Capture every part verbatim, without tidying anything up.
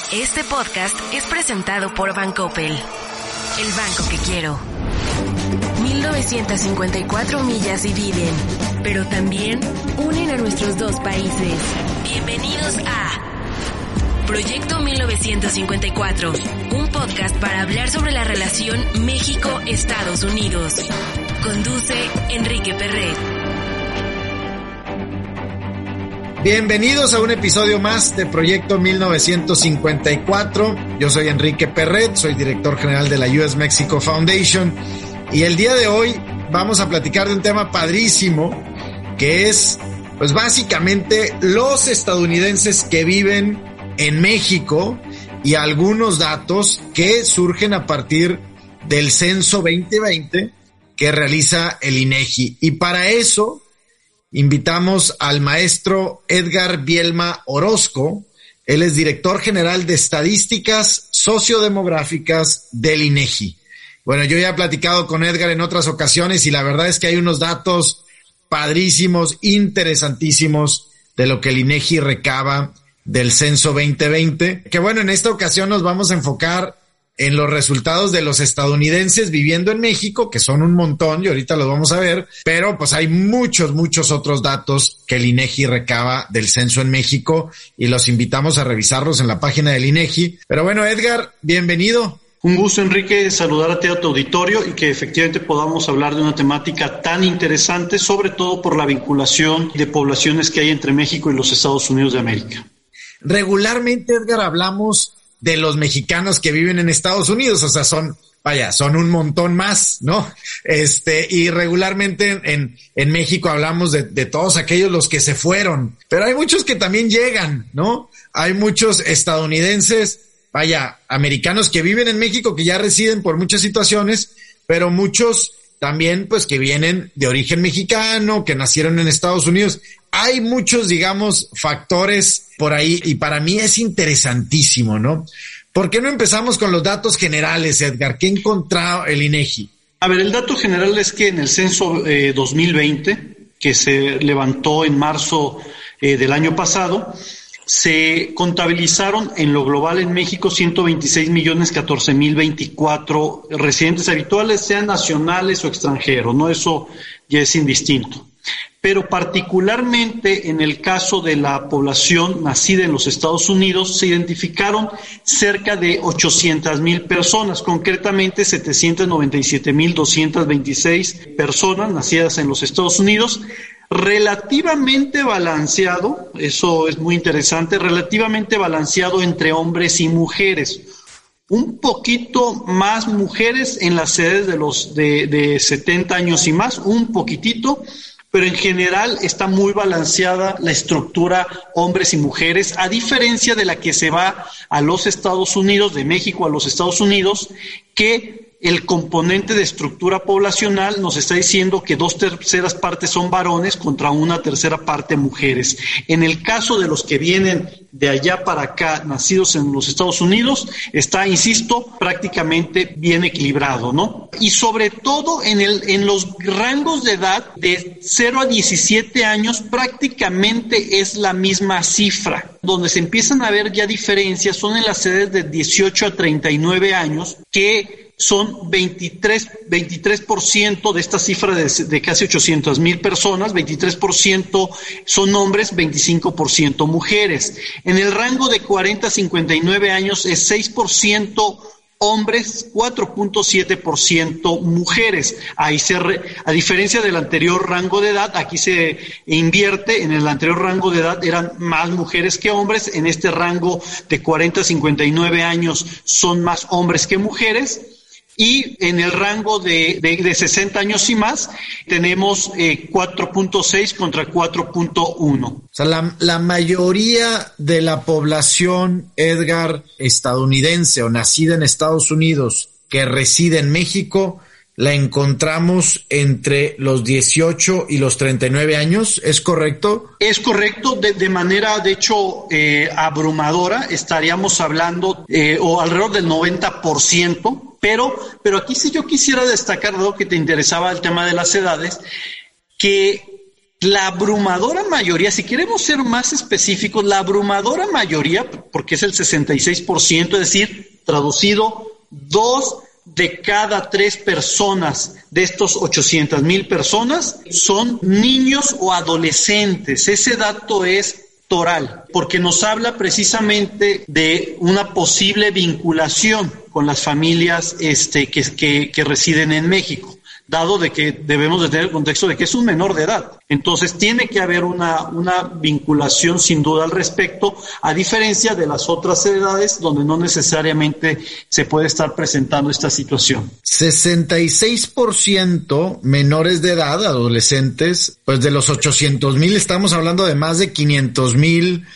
Este podcast es presentado por Bancoppel, el banco que quiero. mil novecientas cincuenta y cuatro millas dividen, pero también unen a nuestros dos países. Bienvenidos a Proyecto mil novecientos cincuenta y cuatro, un podcast para hablar sobre la relación México-Estados Unidos. Conduce Enrique Perret. Bienvenidos a un episodio más de Proyecto mil novecientos cincuenta y cuatro. Yo soy Enrique Perret, soy director general de la U S Mexico Foundation y el día de hoy vamos a platicar de un tema padrísimo que es, pues básicamente, los estadounidenses que viven en México y algunos datos que surgen a partir del censo veinte veinte que realiza el INEGI. Y para eso invitamos al maestro Edgar Bielma Orozco. Él es director general de Estadísticas Sociodemográficas del INEGI. Bueno, yo ya he platicado con Edgar en otras ocasiones y la verdad es que hay unos datos padrísimos, interesantísimos de lo que el INEGI recaba del censo veinte veinte. Que bueno, en esta ocasión nos vamos a enfocar en los resultados de los estadounidenses viviendo en México, que son un montón y ahorita los vamos a ver, pero pues hay muchos, muchos otros datos que el INEGI recaba del censo en México y los invitamos a revisarlos en la página del INEGI. Pero bueno, Edgar, bienvenido. Un gusto, Enrique, saludar a ti, a tu auditorio y que efectivamente podamos hablar de una temática tan interesante, sobre todo por la vinculación de poblaciones que hay entre México y los Estados Unidos de América. Regularmente, Edgar, hablamos de los mexicanos que viven en Estados Unidos, o sea, son, vaya, son un montón más, ¿no? Este, y regularmente en, en México hablamos de, de todos aquellos los que se fueron, pero hay muchos que también llegan, ¿no? Hay muchos estadounidenses, vaya, americanos que viven en México, que ya residen por muchas situaciones, pero muchos también, pues, que vienen de origen mexicano, que nacieron en Estados Unidos. Hay muchos, digamos, factores por ahí y para mí es interesantísimo, ¿no? ¿Por qué no empezamos con los datos generales, Edgar? ¿Qué ha encontrado el INEGI? A ver, el dato general es que en el censo eh, dos mil veinte, que se levantó en marzo eh, del año pasado, se contabilizaron en lo global en México ciento veintiséis millones catorce mil veinticuatro residentes habituales, sean nacionales o extranjeros, ¿no? Eso ya es indistinto. Pero particularmente en el caso de la población nacida en los Estados Unidos, se identificaron cerca de ochocientas mil personas, concretamente setecientas noventa y siete mil doscientas veintiséis personas nacidas en los Estados Unidos, relativamente balanceado, eso es muy interesante, relativamente balanceado entre hombres y mujeres. Un poquito más mujeres en las edades de los de, de setenta años y más, un poquitito, pero en general está muy balanceada la estructura hombres y mujeres, a diferencia de la que se va a los Estados Unidos, de México a los Estados Unidos, que el componente de estructura poblacional nos está diciendo que dos terceras partes son varones contra una tercera parte mujeres. En el caso de los que vienen de allá para acá, nacidos en los Estados Unidos, está, insisto, prácticamente bien equilibrado, ¿no? Y sobre todo en el en los rangos de edad de cero a diecisiete años, prácticamente es la misma cifra. Donde se empiezan a ver ya diferencias son en las edades de dieciocho a treinta y nueve años, que son veintitrés por ciento de esta cifra de, de casi ochocientas mil personas, veintitrés por ciento son hombres, veinticinco por ciento mujeres. En el rango de cuarenta a cincuenta y nueve años es seis por ciento hombres, cuatro punto siete por ciento mujeres. Ahí se re, a diferencia del anterior rango de edad, aquí se invierte. En el anterior rango de edad eran más mujeres que hombres, en este rango de cuarenta a cincuenta y nueve años son más hombres que mujeres. Y en el rango de, de, de sesenta años y más tenemos eh, cuatro punto seis contra cuatro punto uno. O sea, la, la mayoría de la población, Edgar, estadounidense o nacida en Estados Unidos que reside en México, la encontramos entre los dieciocho y los treinta y nueve años, ¿es correcto? Es correcto, de, de manera, de hecho, eh, abrumadora, estaríamos hablando eh, o alrededor del noventa por ciento. Pero, pero aquí sí yo quisiera destacar, dado que te interesaba el tema de las edades, que la abrumadora mayoría, si queremos ser más específicos, la abrumadora mayoría, porque es el sesenta y seis por ciento, es decir, traducido, dos de cada tres personas de estos ochocientas mil personas son niños o adolescentes. Ese dato es toral, porque nos habla precisamente de una posible vinculación con las familias este, que, que, que residen en México, dado de que debemos de tener el contexto de que es un menor de edad. Entonces tiene que haber una, una vinculación sin duda al respecto, a diferencia de las otras edades donde no necesariamente se puede estar presentando esta situación. sesenta y seis por ciento menores de edad, adolescentes, pues de los ochocientos mil estamos hablando de más de quinientos mil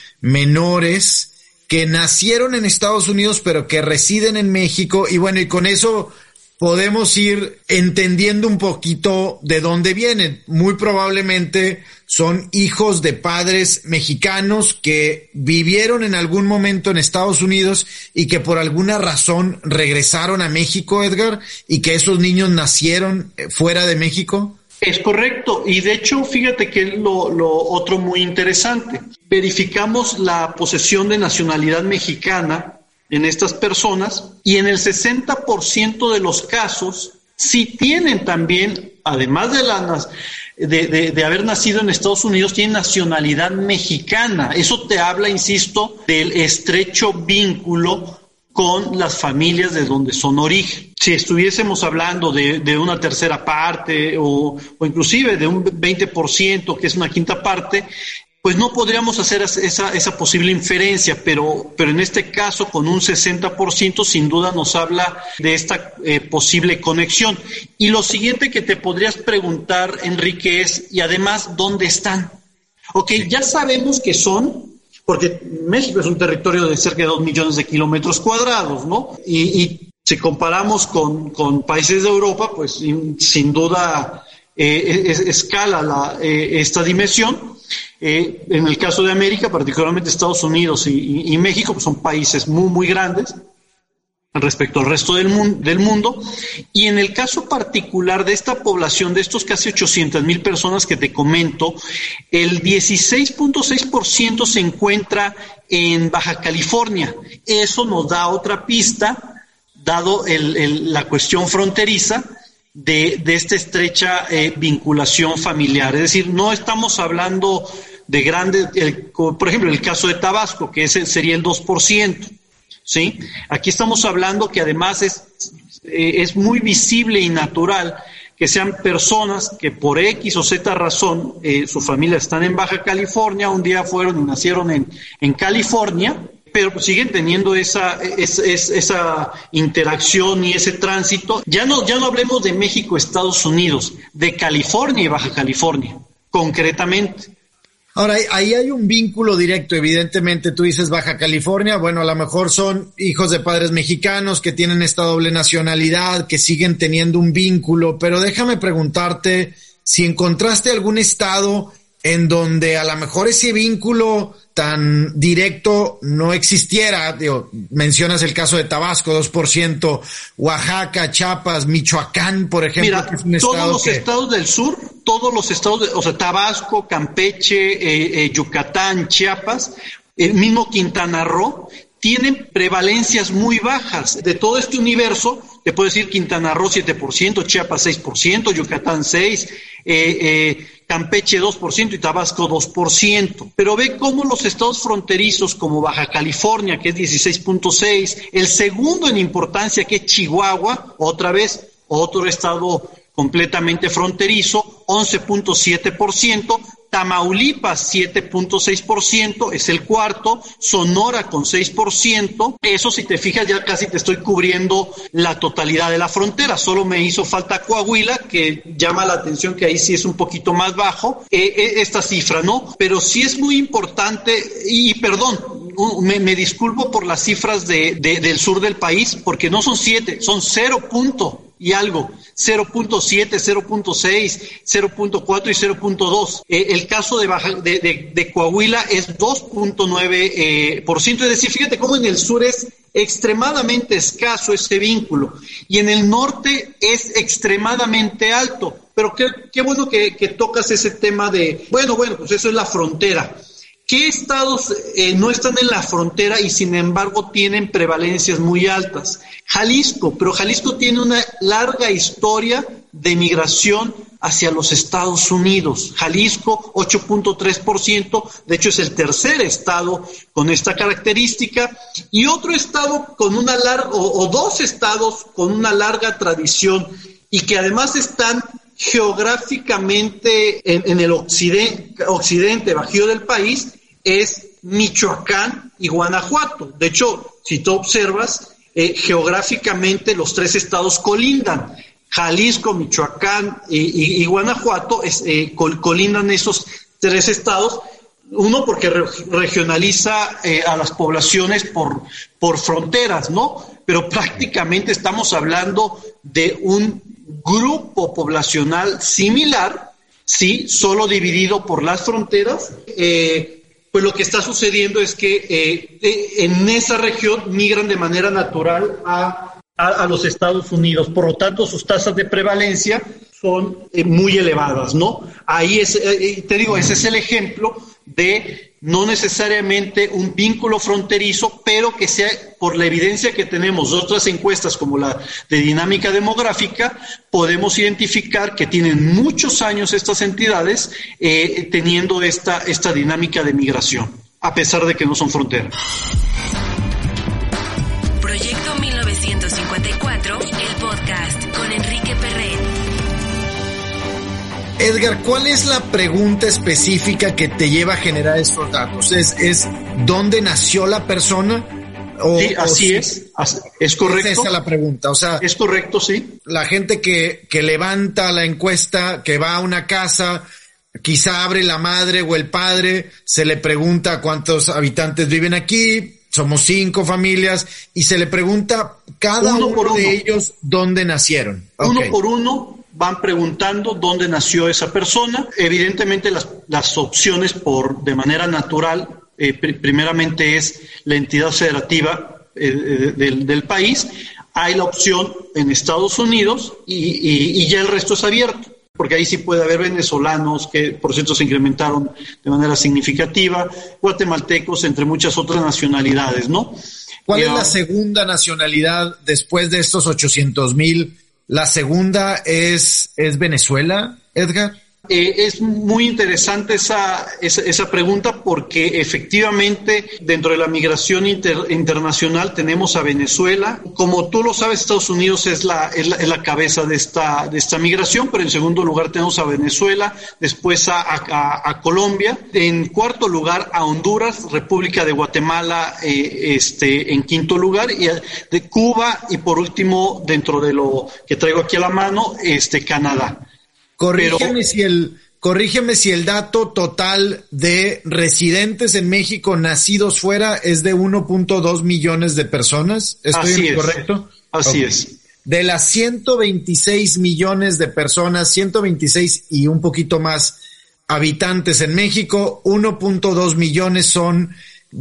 menores que nacieron en Estados Unidos pero que residen en México, y bueno, y con eso podemos ir entendiendo un poquito de dónde vienen. Muy probablemente son hijos de padres mexicanos que vivieron en algún momento en Estados Unidos y que por alguna razón regresaron a México, Edgar, y que esos niños nacieron fuera de México. Es correcto, y de hecho, fíjate que es lo, lo otro muy interesante. Verificamos la posesión de nacionalidad mexicana en estas personas, y en el sesenta por ciento de los casos sí tienen también, además de, la, de, de, de haber nacido en Estados Unidos, tienen nacionalidad mexicana. Eso te habla, insisto, del estrecho vínculo con las familias de donde son origen. Si estuviésemos hablando de, de una tercera parte o, o inclusive de un veinte por ciento, que es una quinta parte, pues no podríamos hacer esa, esa posible inferencia, pero, pero en este caso, con un sesenta por ciento, sin duda nos habla de esta eh, posible conexión. Y lo siguiente que te podrías preguntar, Enrique, es, y además, ¿dónde están? Ok, ya sabemos que son, porque México es un territorio de cerca de dos millones de kilómetros cuadrados, ¿no? Y, y si comparamos con, con países de Europa, pues sin, sin duda eh, es, escala la, eh, esta dimensión. Eh, en el caso de América, particularmente Estados Unidos y, y, y México, pues son países muy, muy grandes respecto al resto del, mun- del mundo. Y en el caso particular de esta población, de estos casi ochocientas mil personas que te comento, el dieciséis punto seis por ciento se encuentra en Baja California. Eso nos da otra pista, dado el, el, la cuestión fronteriza, de, de esta estrecha eh, vinculación familiar. Es decir, no estamos hablando de grandes, el, por ejemplo, el caso de Tabasco, que ese sería el dos por ciento, ¿sí? Aquí estamos hablando que además es, eh, es muy visible y natural que sean personas que por X o Z razón, eh, su familia están en Baja California, un día fueron y nacieron en, en California, pero pues siguen teniendo esa, esa, esa interacción y ese tránsito. Ya no, ya no hablemos de México, Estados Unidos, de California y Baja California, concretamente. Ahora, ahí hay un vínculo directo, evidentemente. Tú dices Baja California, bueno, a lo mejor son hijos de padres mexicanos que tienen esta doble nacionalidad, que siguen teniendo un vínculo, pero déjame preguntarte si encontraste algún estado en donde a lo mejor ese vínculo tan directo no existiera. Digo, mencionas el caso de Tabasco, dos por ciento, Oaxaca, Chiapas, Michoacán, por ejemplo. Mira, que es un todos estado los que... estados del sur, todos los estados, de, o sea, Tabasco, Campeche, eh, eh, Yucatán, Chiapas, el mismo Quintana Roo, tienen prevalencias muy bajas. De todo este universo, te puedo decir Quintana Roo siete por ciento, Chiapas seis por ciento, Yucatán seis por ciento, eh, eh, Campeche dos por ciento y Tabasco dos por ciento. Pero ve cómo los estados fronterizos como Baja California, que es dieciséis punto seis, el segundo en importancia, que es Chihuahua, otra vez otro estado completamente fronterizo, once punto siete por ciento, Tamaulipas siete punto seis por ciento, es el cuarto, Sonora con seis por ciento, eso si te fijas ya casi te estoy cubriendo la totalidad de la frontera, solo me hizo falta Coahuila, que llama la atención que ahí sí es un poquito más bajo, eh, eh, esta cifra, ¿no? Pero sí es muy importante, y, y perdón, me, me disculpo por las cifras de, de, del sur del país, porque no son siete, son cero punto y algo, cero punto siete, cero punto seis, cero punto cuatro y cero punto dos. Eh, el caso de, Baja, de, de, de Coahuila es dos punto nueve eh, por ciento, es decir, fíjate cómo en el sur es extremadamente escaso ese vínculo y en el norte es extremadamente alto. pero qué, qué bueno que, que tocas ese tema de, bueno, bueno, pues eso es la frontera. ¿Qué estados eh, no están en la frontera y sin embargo tienen prevalencias muy altas? Jalisco, pero Jalisco tiene una larga historia de migración hacia los Estados Unidos. Jalisco, ocho punto tres por ciento, de hecho es el tercer estado con esta característica, y otro estado con una larga, o, o dos estados con una larga tradición y que además están geográficamente en, en el occidente, occidente bajío del país, es Michoacán y Guanajuato. De hecho, si tú observas, eh, geográficamente los tres estados colindan. Jalisco, Michoacán y, y, y Guanajuato es, eh, col, colindan esos tres estados. Uno, porque re, regionaliza eh, a las poblaciones por, por fronteras, ¿no? Pero prácticamente estamos hablando de un grupo poblacional similar, sí, solo dividido por las fronteras. Eh, pues lo que está sucediendo es que eh, eh, en esa región migran de manera natural a, a, a los Estados Unidos. Por lo tanto, sus tasas de prevalencia son eh, muy elevadas, ¿no? Ahí es, eh, te digo, ese es el ejemplo de no necesariamente un vínculo fronterizo, pero que sea, por la evidencia que tenemos de otras encuestas como la de dinámica demográfica, podemos identificar que tienen muchos años estas entidades eh, teniendo esta, esta dinámica de migración, a pesar de que no son fronteras. Proyecto mil novecientos cincuenta y cuatro, el podcast con Enrique Perret. Edgar, ¿cuál es la pregunta específica que te lleva a generar estos datos? ¿Es, es dónde nació la persona? O, sí, así o, es, es correcto. Es esa la pregunta, o sea... Es correcto, sí. La gente que, que levanta la encuesta, que va a una casa, quizá abre la madre o el padre, se le pregunta cuántos habitantes viven aquí, somos cinco familias, y se le pregunta cada uno, uno de ellos dónde nacieron. Uno okay. por uno van preguntando dónde nació esa persona. Evidentemente las, las opciones por de manera natural, eh, pr- primeramente es la entidad federativa eh, del, del país. Hay la opción en Estados Unidos y, y, y ya el resto es abierto, porque ahí sí puede haber venezolanos que por cierto se incrementaron de manera significativa, guatemaltecos, entre muchas otras nacionalidades, ¿no? ¿Cuál eh, es la segunda nacionalidad después de estos ochocientos mil? ¿La segunda es, es Venezuela, Edgar? Eh, es muy interesante esa, esa, esa pregunta porque efectivamente dentro de la migración inter, internacional tenemos a Venezuela. Como tú lo sabes, Estados Unidos es la, es la, es la cabeza de esta, de esta migración, pero en segundo lugar tenemos a Venezuela, después a, a, a Colombia, en cuarto lugar a Honduras, República de Guatemala eh, este, en quinto lugar, y a, de Cuba y por último, dentro de lo que traigo aquí a la mano, este Canadá. Corrígeme, Pero, si el, corrígeme si el dato total de residentes en México nacidos fuera es de uno punto dos millones de personas. ¿Estoy así incorrecto? Es, así okay. es. De las ciento veintiséis millones de personas, ciento veintiséis y un poquito más habitantes en México, uno punto dos millones son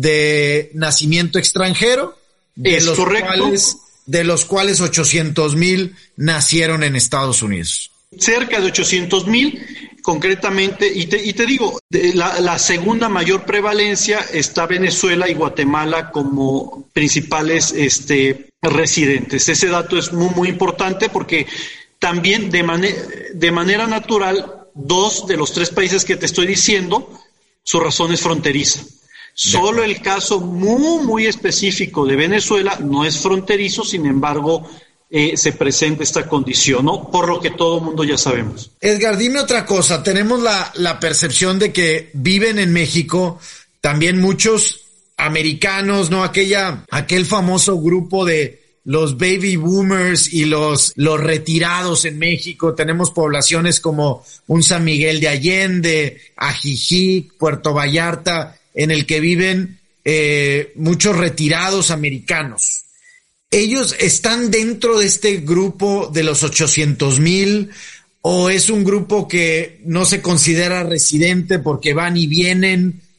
de nacimiento extranjero. De es los correcto. Cuales, de los cuales ochocientos mil nacieron en Estados Unidos. Cerca de ochocientos mil, concretamente, y te, y te digo, la, la segunda mayor prevalencia está Venezuela y Guatemala como principales este, residentes. Ese dato es muy, muy importante porque también de, man- de manera natural, dos de los tres países que te estoy diciendo, su razón es fronteriza. Solo el caso muy, muy específico de Venezuela no es fronterizo, sin embargo, Eh, se presenta esta condición, ¿no? Por lo que todo el mundo ya sabemos. Edgar, dime otra cosa. Tenemos la, la percepción de que viven en México también muchos americanos, ¿no? Aquella, aquel famoso grupo de los baby boomers y los, los retirados en México. Tenemos poblaciones como un San Miguel de Allende, Ajijic, Puerto Vallarta, en el que viven eh, muchos retirados americanos. ¿Ellos están dentro de este grupo de los ochocientos mil o es un grupo que no se considera residente porque van y vienen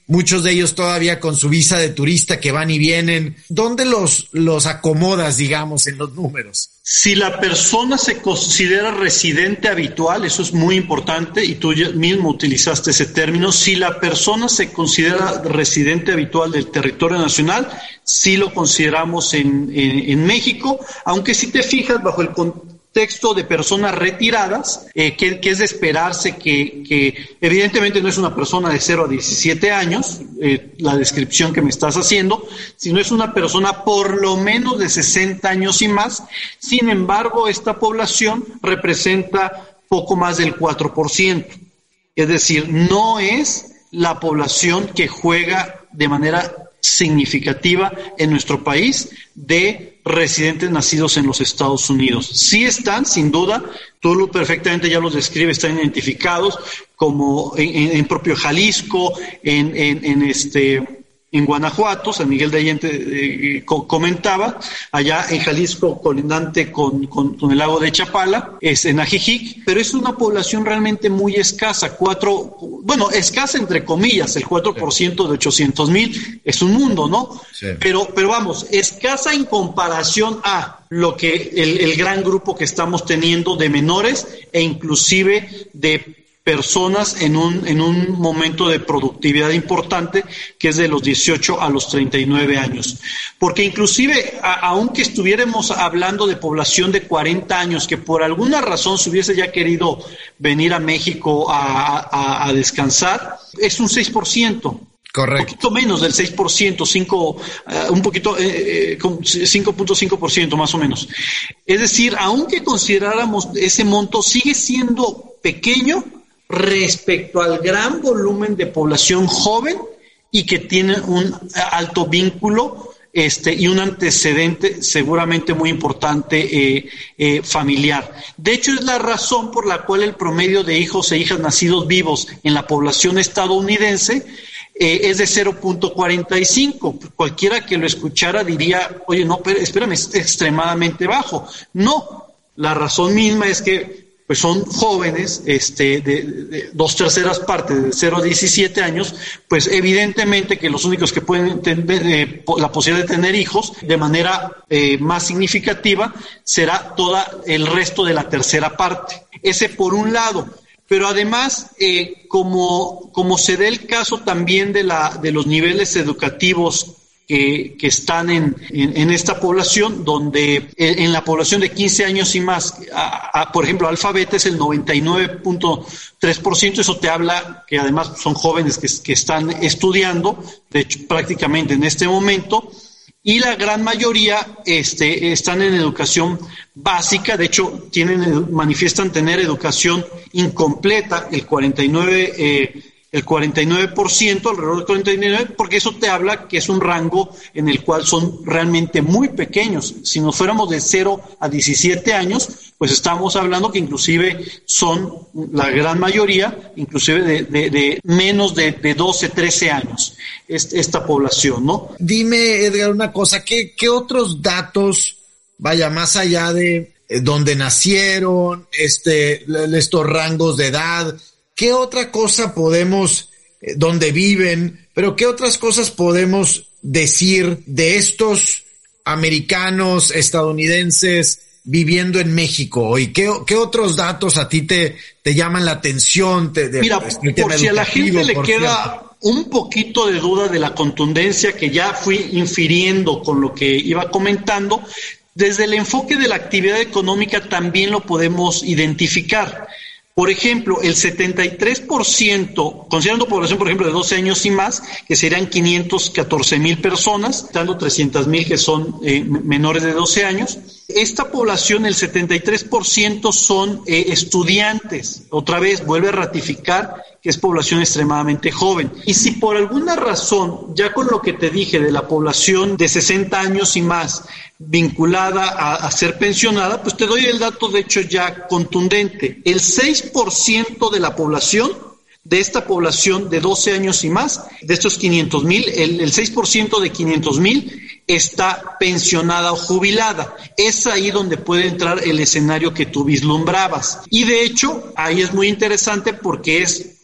muchos de ellos todavía con su visa de turista que van y vienen. ¿Dónde los, los acomodas, digamos, en los números? Si la persona se considera residente habitual, eso es muy importante y tú mismo utilizaste ese término, si la persona se considera residente habitual del territorio nacional, sí lo consideramos en, en, en México, aunque si te fijas bajo el contexto de personas retiradas, eh, que, que es de esperarse que, que evidentemente no es una persona de cero a diecisiete años, eh, la descripción que me estás haciendo, sino es una persona por lo menos de sesenta años y más. Sin embargo, esta población representa poco más del cuatro por ciento. Es decir, no es la población que juega de manera significativa en nuestro país de residentes nacidos en los Estados Unidos. Sí están, sin duda, tú lo perfectamente ya los describes, están identificados como en, en propio Jalisco, en, en, en este... en Guanajuato, San Miguel de Allende eh, co- comentaba, allá en Jalisco colindante con, con, con el lago de Chapala, es en Ajijic, pero es una población realmente muy escasa, cuatro, bueno, escasa entre comillas, el cuatro por ciento de ochocientos mil, es un mundo, ¿no? Sí. Pero, pero vamos, escasa en comparación a lo que el, el gran grupo que estamos teniendo de menores e inclusive de personas en un en un momento de productividad importante que es de los dieciocho a los treinta y nueve años. Porque inclusive, a, aunque estuviéramos hablando de población de cuarenta años que por alguna razón se hubiese ya querido venir a México a, a, a descansar, es un seis por ciento. Correcto. Un poquito menos del seis por ciento, cinco, uh, un poquito, eh, eh, cinco punto cinco por ciento más o menos. Es decir, aunque consideráramos ese monto, sigue siendo pequeño respecto al gran volumen de población joven y que tiene un alto vínculo este, y un antecedente seguramente muy importante eh, eh, familiar. De hecho, es la razón por la cual el promedio de hijos e hijas nacidos vivos en la población estadounidense eh, es de cero punto cuarenta y cinco. Cualquiera que lo escuchara diría, oye, no, pero espérame, es extremadamente bajo. No, la razón misma es que pues son jóvenes, este, de, de dos terceras partes, de cero a diecisiete años, pues evidentemente que los únicos que pueden tener eh, la posibilidad de tener hijos de manera eh, más significativa será toda el resto de la tercera parte. Ese por un lado. Pero además, eh, como, como se da el caso también de, la, de los niveles educativos Que, que están en, en, en esta población, donde en la población de quince años y más, a, a, por ejemplo, alfabeta es el noventa y nueve punto tres por ciento, eso te habla que además son jóvenes que, que están estudiando, de hecho prácticamente en este momento, y la gran mayoría este, están en educación básica, de hecho tienen, manifiestan tener educación incompleta, el cuarenta y nueve por ciento, eh, el cuarenta y nueve por ciento, alrededor del cuarenta y nueve por ciento, porque eso te habla que es un rango en el cual son realmente muy pequeños. Si nos fuéramos de cero a diecisiete años, pues estamos hablando que inclusive son la gran mayoría, inclusive de, de, de menos de, de doce, trece años, es, esta población, ¿no? Dime, Edgar, una cosa, ¿qué, qué otros datos, vaya, más allá de eh, dónde nacieron, este, estos rangos de edad, qué otra cosa podemos, eh, dónde viven, pero qué otras cosas podemos decir de estos americanos, estadounidenses viviendo en México hoy? ¿Qué, qué otros datos a ti te, te llaman la atención? Te, de, Mira, por si a la gente le queda cierto. un poquito de duda de la contundencia que ya fui infiriendo con lo que iba comentando, desde el enfoque de la actividad económica también lo podemos identificar. Por ejemplo, el setenta y tres por ciento, considerando población, por ejemplo, de doce años y más, que serían quinientos catorce mil personas, dando trescientos mil que son eh, menores de doce años. Esta población, el setenta y tres por ciento son eh, estudiantes. Otra vez, vuelve a ratificar que es población extremadamente joven. Y si por alguna razón, ya con lo que te dije de la población de sesenta años y más, vinculada a, a ser pensionada, pues te doy el dato de hecho ya contundente. El seis por ciento de la población, de esta población de doce años y más, de estos quinientos mil, el, el seis por ciento de quinientos mil está pensionada o jubilada. Es ahí donde puede entrar el escenario que tú vislumbrabas. Y de hecho, ahí es muy interesante porque es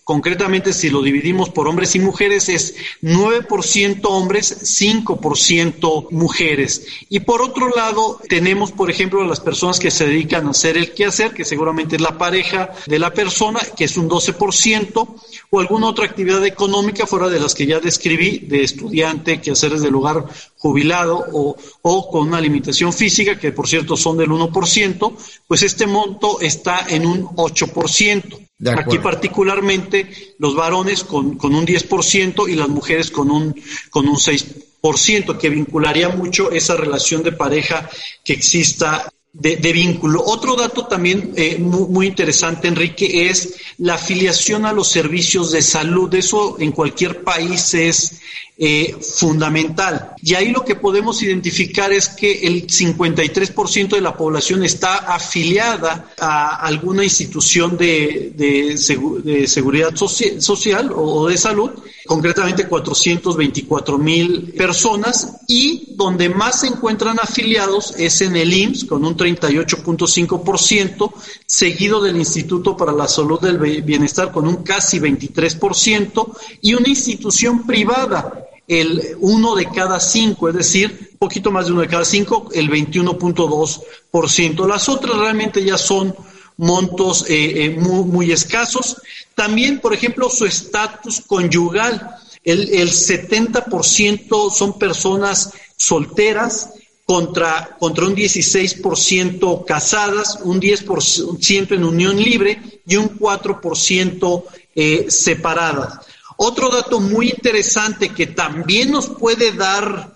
concretamente si lo dividimos por hombres y mujeres, es nueve por ciento hombres, cinco por ciento mujeres. Y por otro lado, tenemos, por ejemplo, a las personas que se dedican a hacer el quehacer, que seguramente es la pareja de la persona, que es un doce por ciento, o alguna otra actividad económica fuera de las que ya describí, de estudiante, quehaceres del hogar, jubilado o, o con una limitación física, que por cierto son del uno por ciento, pues este monto está en un ocho por ciento. Aquí particularmente los varones con, con un diez por ciento y las mujeres con un, con un seis por ciento, que vincularía mucho esa relación de pareja que exista de, de vínculo. Otro dato también eh, muy, muy interesante, Enrique, es la afiliación a los servicios de salud. Eso en cualquier país es eh, fundamental. Y ahí lo que podemos identificar es que el cincuenta y tres por ciento de la población está afiliada a alguna institución de, de, segu- de seguridad soci- social o de salud, concretamente cuatrocientos veinticuatro mil personas, y donde más se encuentran afiliados es en el I M S S con un treinta y ocho punto cinco por ciento, seguido del Instituto para la Salud del Bienestar con un casi veintitrés por ciento, y una institución privada, el uno de cada cinco, es decir, un poquito más de uno de cada cinco, el veintiuno punto dos por ciento. Las otras realmente ya son montos eh, eh, muy, muy escasos. También, por ejemplo, su estatus conyugal. El, el setenta por ciento son personas solteras contra, contra un dieciséis por ciento casadas, un diez por ciento en unión libre y un cuatro por ciento eh, separadas. Otro dato muy interesante que también nos puede dar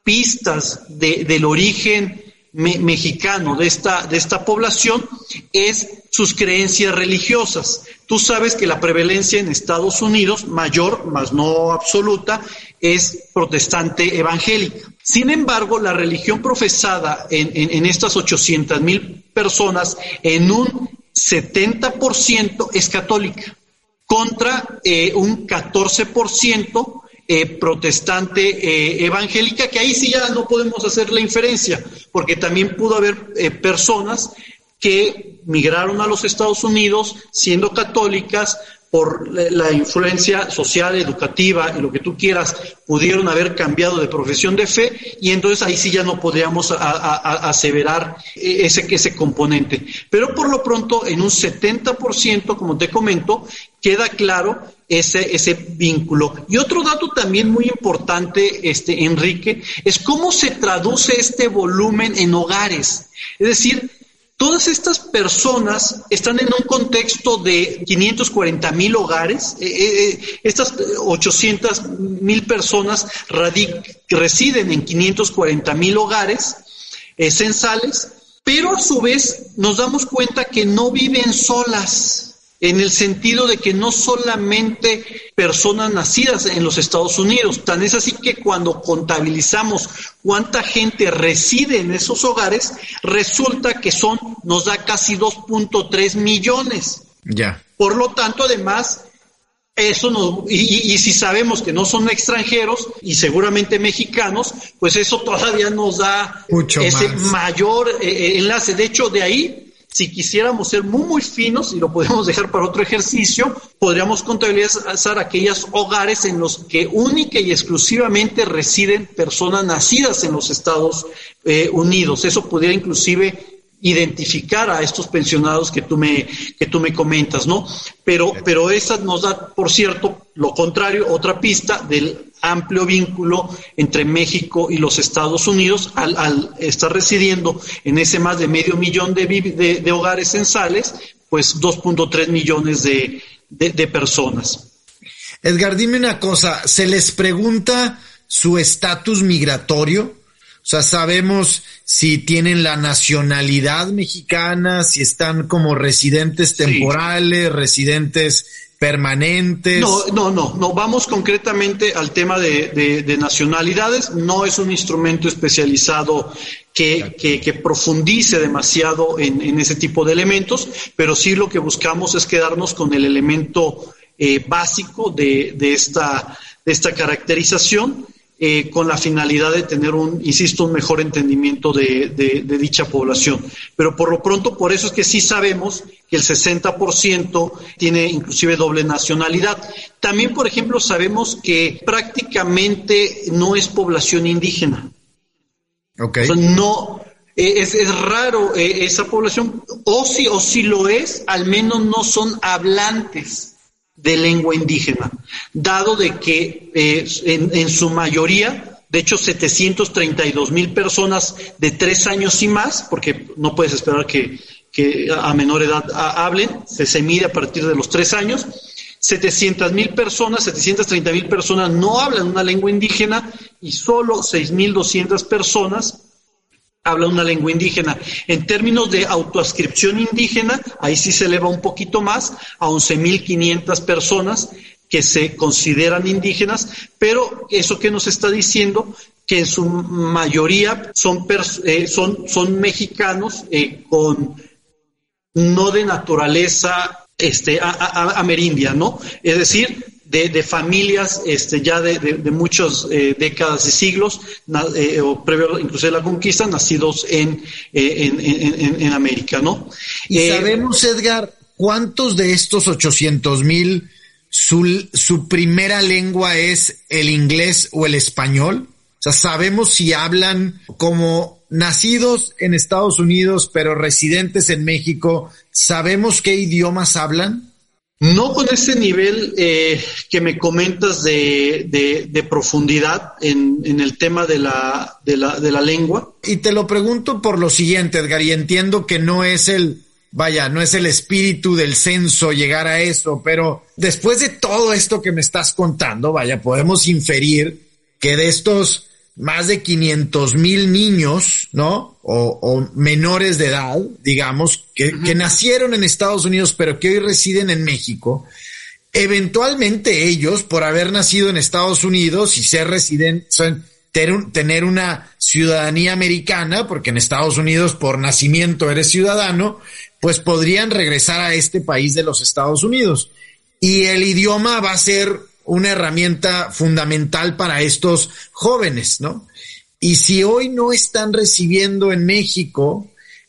pistas de, del origen me, mexicano de esta, de esta población es sus creencias religiosas. Tú sabes que la prevalencia en Estados Unidos, mayor, más no absoluta, es protestante evangélica. Sin embargo, la religión profesada en, en, en estas ochocientas mil personas, en un setenta por ciento es católica, contra eh, un catorce por ciento eh, protestante eh, evangélica, que ahí sí ya no podemos hacer la inferencia, porque también pudo haber eh, personas que migraron a los Estados Unidos siendo católicas, por la influencia social, educativa y lo que tú quieras, pudieron haber cambiado de profesión de fe, y entonces ahí sí ya no podríamos a, a, a aseverar ese, ese componente. Pero por lo pronto, en un setenta por ciento, como te comento, queda claro ese, ese vínculo. Y otro dato también muy importante, este, Enrique, es cómo se traduce este volumen en hogares. Es decir, todas estas personas están en un contexto de quinientos cuarenta mil hogares. Eh, eh, estas ochocientas mil personas radic- residen en quinientos cuarenta mil hogares eh, censales, pero a su vez nos damos cuenta que no viven solas, en el sentido de que no solamente personas nacidas en los Estados Unidos. Tan es así que cuando contabilizamos cuánta gente reside en esos hogares, resulta que son, nos da casi dos punto tres millones. Ya. Por lo tanto, además, eso nos, y, y, y si sabemos que no son extranjeros y seguramente mexicanos, pues eso todavía nos da mucho ese más. mayor eh, enlace. De hecho, de ahí, si quisiéramos ser muy, muy finos, y lo podemos dejar para otro ejercicio, podríamos contabilizar aquellos hogares en los que única y exclusivamente residen personas nacidas en los Estados eh, Unidos. Eso podría inclusive identificar a estos pensionados que tú me que tú me comentas, ¿no? Pero pero esa nos da, por cierto, lo contrario, otra pista del amplio vínculo entre México y los Estados Unidos al, al estar residiendo en ese más de medio millón de, de, de hogares censales, pues dos punto tres millones de, de, de personas. Edgar, dime una cosa, ¿se les pregunta su estatus migratorio? O sea, ¿sabemos si tienen la nacionalidad mexicana, si están como residentes temporales, sí, residentes permanentes? No, no, no, no. Vamos concretamente al tema de, de, de nacionalidades. No es un instrumento especializado que, que, que profundice demasiado en, en ese tipo de elementos, pero sí lo que buscamos es quedarnos con el elemento eh, básico de, de esta, de esta caracterización. eh, con la finalidad de tener un, insisto, un mejor entendimiento de, de, de dicha población. Pero por lo pronto, por eso es que sí sabemos que el sesenta por ciento tiene inclusive doble nacionalidad. También, por ejemplo, sabemos que prácticamente no es población indígena. Okay. O sea, no, eh, es, es raro eh, esa población, o si, o si lo es, al menos no son hablantes de lengua indígena, dado de que eh, en, en su mayoría, de hecho setecientos treinta y dos mil personas de tres años y más, porque no puedes esperar que, que a menor edad a, hablen, se, se mide a partir de los tres años, setecientas mil personas, setecientas treinta mil personas no hablan una lengua indígena y solo seis mil doscientas personas habla una lengua indígena. En términos de autoascripción indígena, ahí sí se eleva un poquito más, a once mil quinientas personas que se consideran indígenas, pero eso que nos está diciendo, que en su mayoría son, pers- eh, son, son mexicanos eh, con no de naturaleza este, a, a, amerindia, ¿no? Es decir, De, de familias este, ya de, de, de muchas eh, décadas y siglos, na, eh, o previo incluso de la conquista, nacidos en, eh, en, en, en, en América, ¿no? Y eh, sabemos, Edgar, ¿cuántos de estos ochocientos mil su, su primera lengua es el inglés o el español? O sea, ¿sabemos si hablan como nacidos en Estados Unidos pero residentes en México? ¿Sabemos qué idiomas hablan? No con ese nivel eh, que me comentas de, de, de profundidad en, en el tema de la, de la, de la lengua. Y te lo pregunto por lo siguiente, Edgar, y entiendo que no es el, vaya, no es el espíritu del censo llegar a eso, pero después de todo esto que me estás contando, vaya, podemos inferir que de estos más de quinientos mil niños, ¿no? O, o menores de edad, digamos, que, uh-huh. que nacieron en Estados Unidos, pero que hoy residen en México. Eventualmente ellos, por haber nacido en Estados Unidos y ser residentes, tener una ciudadanía americana, porque en Estados Unidos por nacimiento eres ciudadano, pues podrían regresar a este país de los Estados Unidos. Y el idioma va a ser una herramienta fundamental para estos jóvenes, ¿no? Y si hoy no están recibiendo en México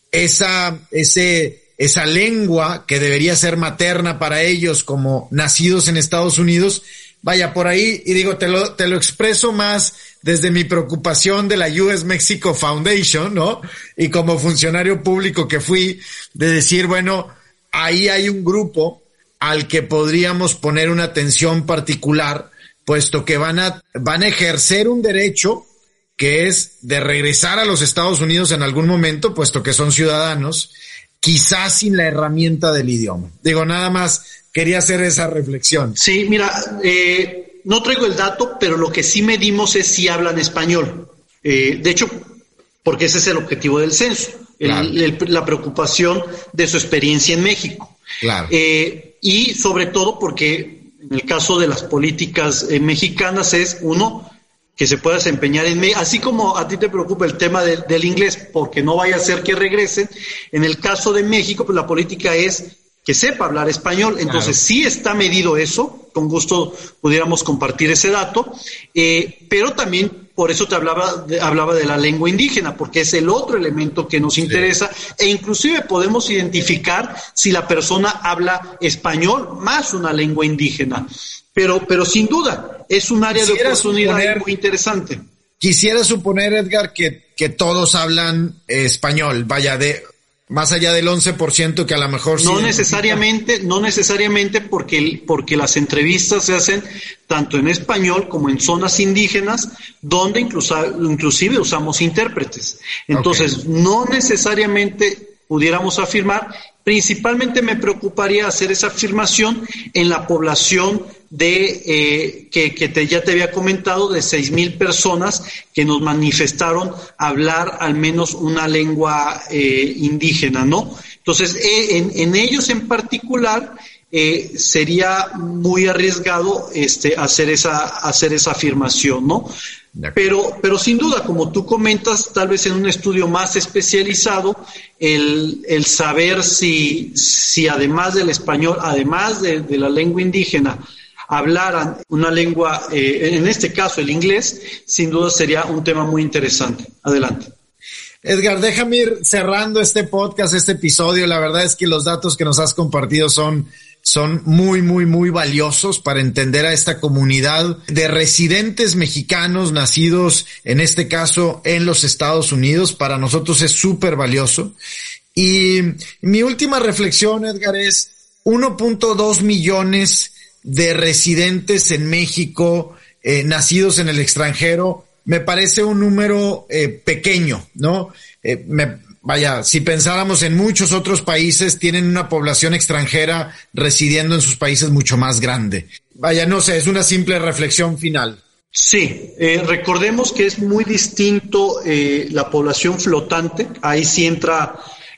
esa, ese, esa lengua que debería ser materna para ellos como nacidos en Estados Unidos, vaya por ahí, y digo, te lo, te lo expreso más desde mi preocupación de la U S Mexico Foundation, ¿no? Y como funcionario público que fui, de decir, bueno, ahí hay un grupo al que podríamos poner una atención particular, puesto que van a, van a ejercer un derecho que es de regresar a los Estados Unidos en algún momento, puesto que son ciudadanos, quizás sin la herramienta del idioma. Digo, nada más quería hacer esa reflexión. Sí, mira, eh, no traigo el dato, pero lo que sí medimos es si hablan español. Eh, de hecho, porque ese es el objetivo del censo, claro. el, el, la preocupación de su experiencia en México. Claro. Eh, y sobre todo porque en el caso de las políticas eh, mexicanas es, uno, que se pueda desempeñar en México, así como a ti te preocupa el tema de, del inglés, porque no vaya a ser que regresen, en el caso de México, pues la política es que sepa hablar español, entonces claro. Sí está medido eso, con gusto pudiéramos compartir ese dato, eh, pero también por eso te hablaba de, hablaba de la lengua indígena, porque es el otro elemento que nos interesa, sí. E inclusive podemos identificar si la persona habla español más una lengua indígena, pero, pero sin duda es un área Quisiera de oportunidad suponer, muy interesante. Quisiera suponer, Edgar, que, que todos hablan eh, español, vaya, de más allá del once por ciento que a lo mejor... No sí necesariamente, no necesariamente porque, porque las entrevistas se hacen tanto en español como en zonas indígenas, donde incluso, inclusive usamos intérpretes. Entonces, okay. No necesariamente pudiéramos afirmar, principalmente me preocuparía hacer esa afirmación en la población de eh, que, que te, ya te había comentado, de seis mil personas que nos manifestaron hablar al menos una lengua eh, indígena, ¿no? Entonces, eh, en, en ellos en particular eh, sería muy arriesgado este hacer esa hacer esa afirmación, ¿no? Pero, pero sin duda, como tú comentas, tal vez en un estudio más especializado, el, el saber si, si además del español, además de, de la lengua indígena, hablaran una lengua, eh, en este caso el inglés, sin duda sería un tema muy interesante. Adelante. Edgar, déjame ir cerrando este podcast, este episodio. La verdad es que los datos que nos has compartido son, son muy, muy, muy valiosos para entender a esta comunidad de residentes mexicanos nacidos, en este caso, en los Estados Unidos. Para nosotros es súper valioso. Y mi última reflexión, Edgar, es uno punto dos millones de residentes en México, eh, nacidos en el extranjero. Me parece un número eh, pequeño, ¿no? Eh, me, vaya, si pensáramos en muchos otros países, tienen una población extranjera residiendo en sus países mucho más grande. Vaya, no sé, es una simple reflexión final. Sí, eh, recordemos que es muy distinto eh, la población flotante. Ahí sí entra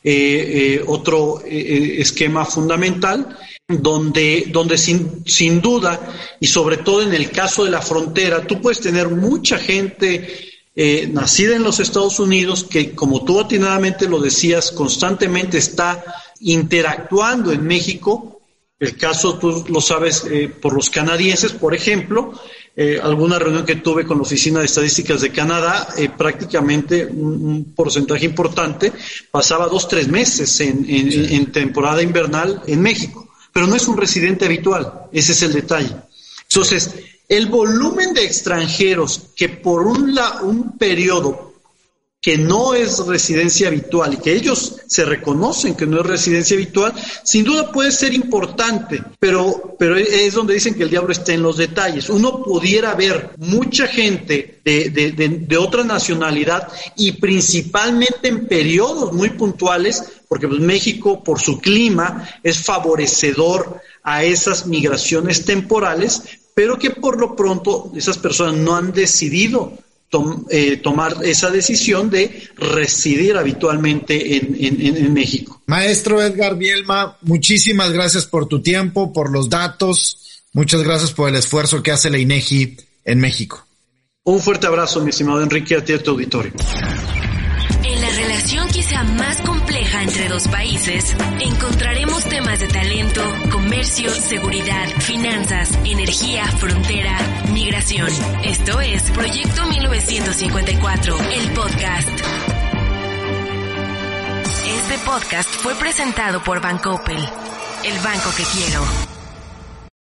eh, eh, otro eh, esquema fundamental, donde, donde sin, sin duda, y sobre todo en el caso de la frontera, tú puedes tener mucha gente eh, nacida en los Estados Unidos que, como tú atinadamente lo decías, constantemente está interactuando en México. El caso, tú lo sabes, eh, por los canadienses, por ejemplo, eh, alguna reunión que tuve con la Oficina de Estadísticas de Canadá, eh, prácticamente un, un porcentaje importante pasaba dos, tres meses en, en, sí. en temporada invernal en México. Pero no es un residente habitual, ese es el detalle. Entonces, el volumen de extranjeros que por un, la, un periodo que no es residencia habitual y que ellos se reconocen que no es residencia habitual, sin duda puede ser importante, pero, pero es donde dicen que el diablo está en los detalles. Uno pudiera ver mucha gente de, de, de, de otra nacionalidad y principalmente en periodos muy puntuales, porque pues México, por su clima, es favorecedor a esas migraciones temporales, pero que por lo pronto esas personas no han decidido tom, eh, tomar esa decisión de residir habitualmente en, en, en México. Maestro Edgar Bielma, muchísimas gracias por tu tiempo, por los datos, muchas gracias por el esfuerzo que hace la INEGI en México. Un fuerte abrazo, mi estimado Enrique, a ti y a tu auditorio. En la relación quizá más compleja entre dos países, encontraremos temas de talento, comercio, seguridad, finanzas, energía, frontera, migración. Esto es Proyecto mil novecientos cincuenta y cuatro, el podcast. Este podcast fue presentado por Bancoppel, el banco que quiero.